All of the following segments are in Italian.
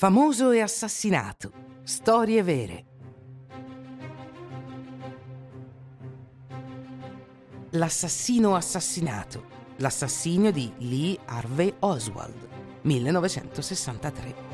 Famoso e assassinato. Storie vere. L'assassino assassinato. L'assassinio di Lee Harvey Oswald, 1963.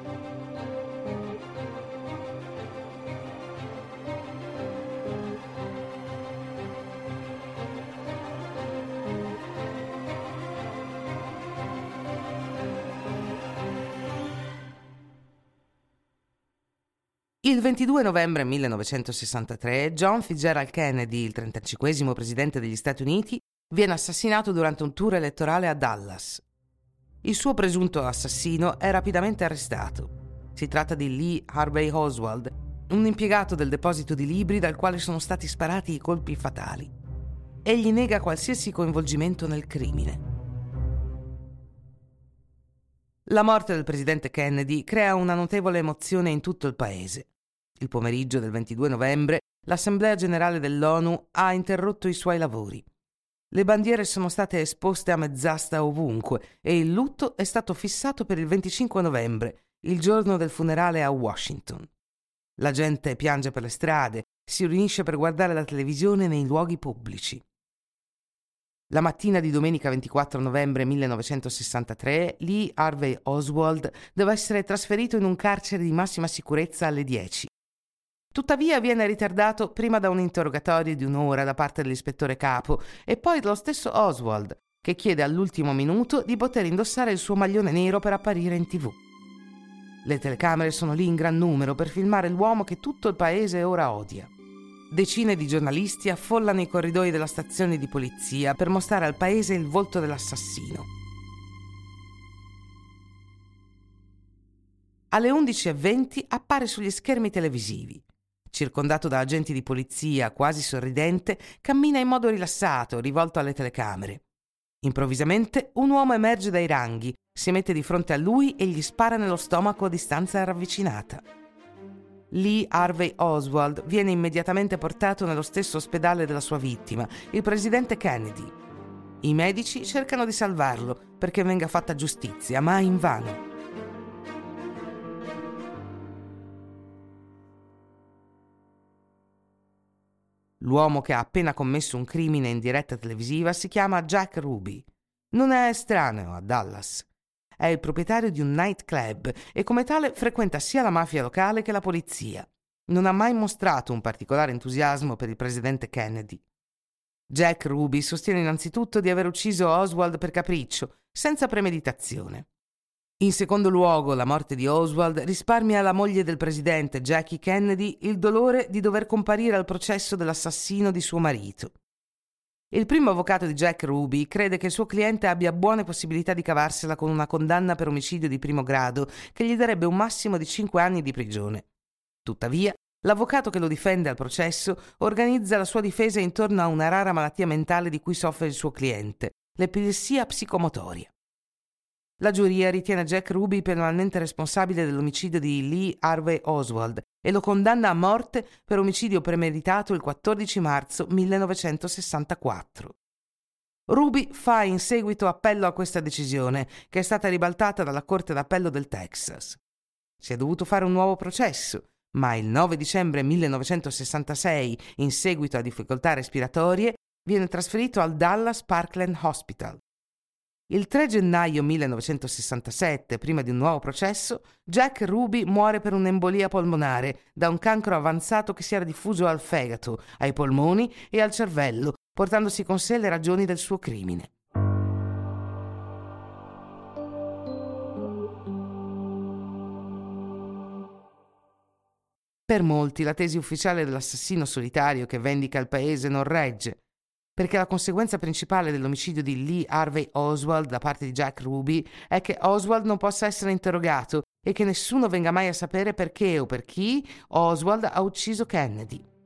Il 22 novembre 1963 John Fitzgerald Kennedy, il 35esimo presidente degli Stati Uniti, viene assassinato durante un tour elettorale a Dallas. Il suo presunto assassino è rapidamente arrestato. Si tratta di Lee Harvey Oswald, un impiegato del deposito di libri dal quale sono stati sparati i colpi fatali. Egli nega qualsiasi coinvolgimento nel crimine. La morte del presidente Kennedy crea una notevole emozione in tutto il paese. Il pomeriggio del 22 novembre l'Assemblea Generale dell'ONU ha interrotto i suoi lavori. Le bandiere sono state esposte a mezz'asta ovunque e il lutto è stato fissato per il 25 novembre, il giorno del funerale a Washington. La gente piange per le strade, si riunisce per guardare la televisione nei luoghi pubblici. La mattina di domenica 24 novembre 1963, Lee Harvey Oswald deve essere trasferito in un carcere di massima sicurezza alle 10. Tuttavia viene ritardato prima da un interrogatorio di un'ora da parte dell'ispettore capo e poi dallo stesso Oswald, che chiede all'ultimo minuto di poter indossare il suo maglione nero per apparire in TV. Le telecamere sono lì in gran numero per filmare l'uomo che tutto il paese ora odia. Decine di giornalisti affollano i corridoi della stazione di polizia per mostrare al paese il volto dell'assassino. Alle 11:20 appare sugli schermi televisivi. Circondato da agenti di polizia, quasi sorridente, cammina in modo rilassato, rivolto alle telecamere. Improvvisamente un uomo emerge dai ranghi, si mette di fronte a lui e gli spara nello stomaco a distanza ravvicinata. Lee Harvey Oswald viene immediatamente portato nello stesso ospedale della sua vittima, il presidente Kennedy. I medici cercano di salvarlo perché venga fatta giustizia, ma invano. L'uomo che ha appena commesso un crimine in diretta televisiva si chiama Jack Ruby. Non è estraneo a Dallas. È il proprietario di un nightclub e come tale frequenta sia la mafia locale che la polizia. Non ha mai mostrato un particolare entusiasmo per il presidente Kennedy. Jack Ruby sostiene innanzitutto di aver ucciso Oswald per capriccio, senza premeditazione. In secondo luogo, la morte di Oswald risparmia alla moglie del presidente, Jackie Kennedy, il dolore di dover comparire al processo dell'assassino di suo marito. Il primo avvocato di Jack Ruby crede che il suo cliente abbia buone possibilità di cavarsela con una condanna per omicidio di primo grado che gli darebbe un massimo di 5 anni di prigione. Tuttavia, l'avvocato che lo difende al processo organizza la sua difesa intorno a una rara malattia mentale di cui soffre il suo cliente, l'epilessia psicomotoria. La giuria ritiene Jack Ruby penalmente responsabile dell'omicidio di Lee Harvey Oswald e lo condanna a morte per omicidio premeditato il 14 marzo 1964. Ruby fa in seguito appello a questa decisione, che è stata ribaltata dalla Corte d'Appello del Texas. Si è dovuto fare un nuovo processo, ma il 9 dicembre 1966, in seguito a difficoltà respiratorie, viene trasferito al Dallas Parkland Hospital. Il 3 gennaio 1967, prima di un nuovo processo, Jack Ruby muore per un'embolia polmonare da un cancro avanzato che si era diffuso al fegato, ai polmoni e al cervello, portandosi con sé le ragioni del suo crimine. Per molti la tesi ufficiale dell'assassino solitario che vendica il paese non regge, perché la conseguenza principale dell'omicidio di Lee Harvey Oswald da parte di Jack Ruby è che Oswald non possa essere interrogato e che nessuno venga mai a sapere perché o per chi Oswald ha ucciso Kennedy.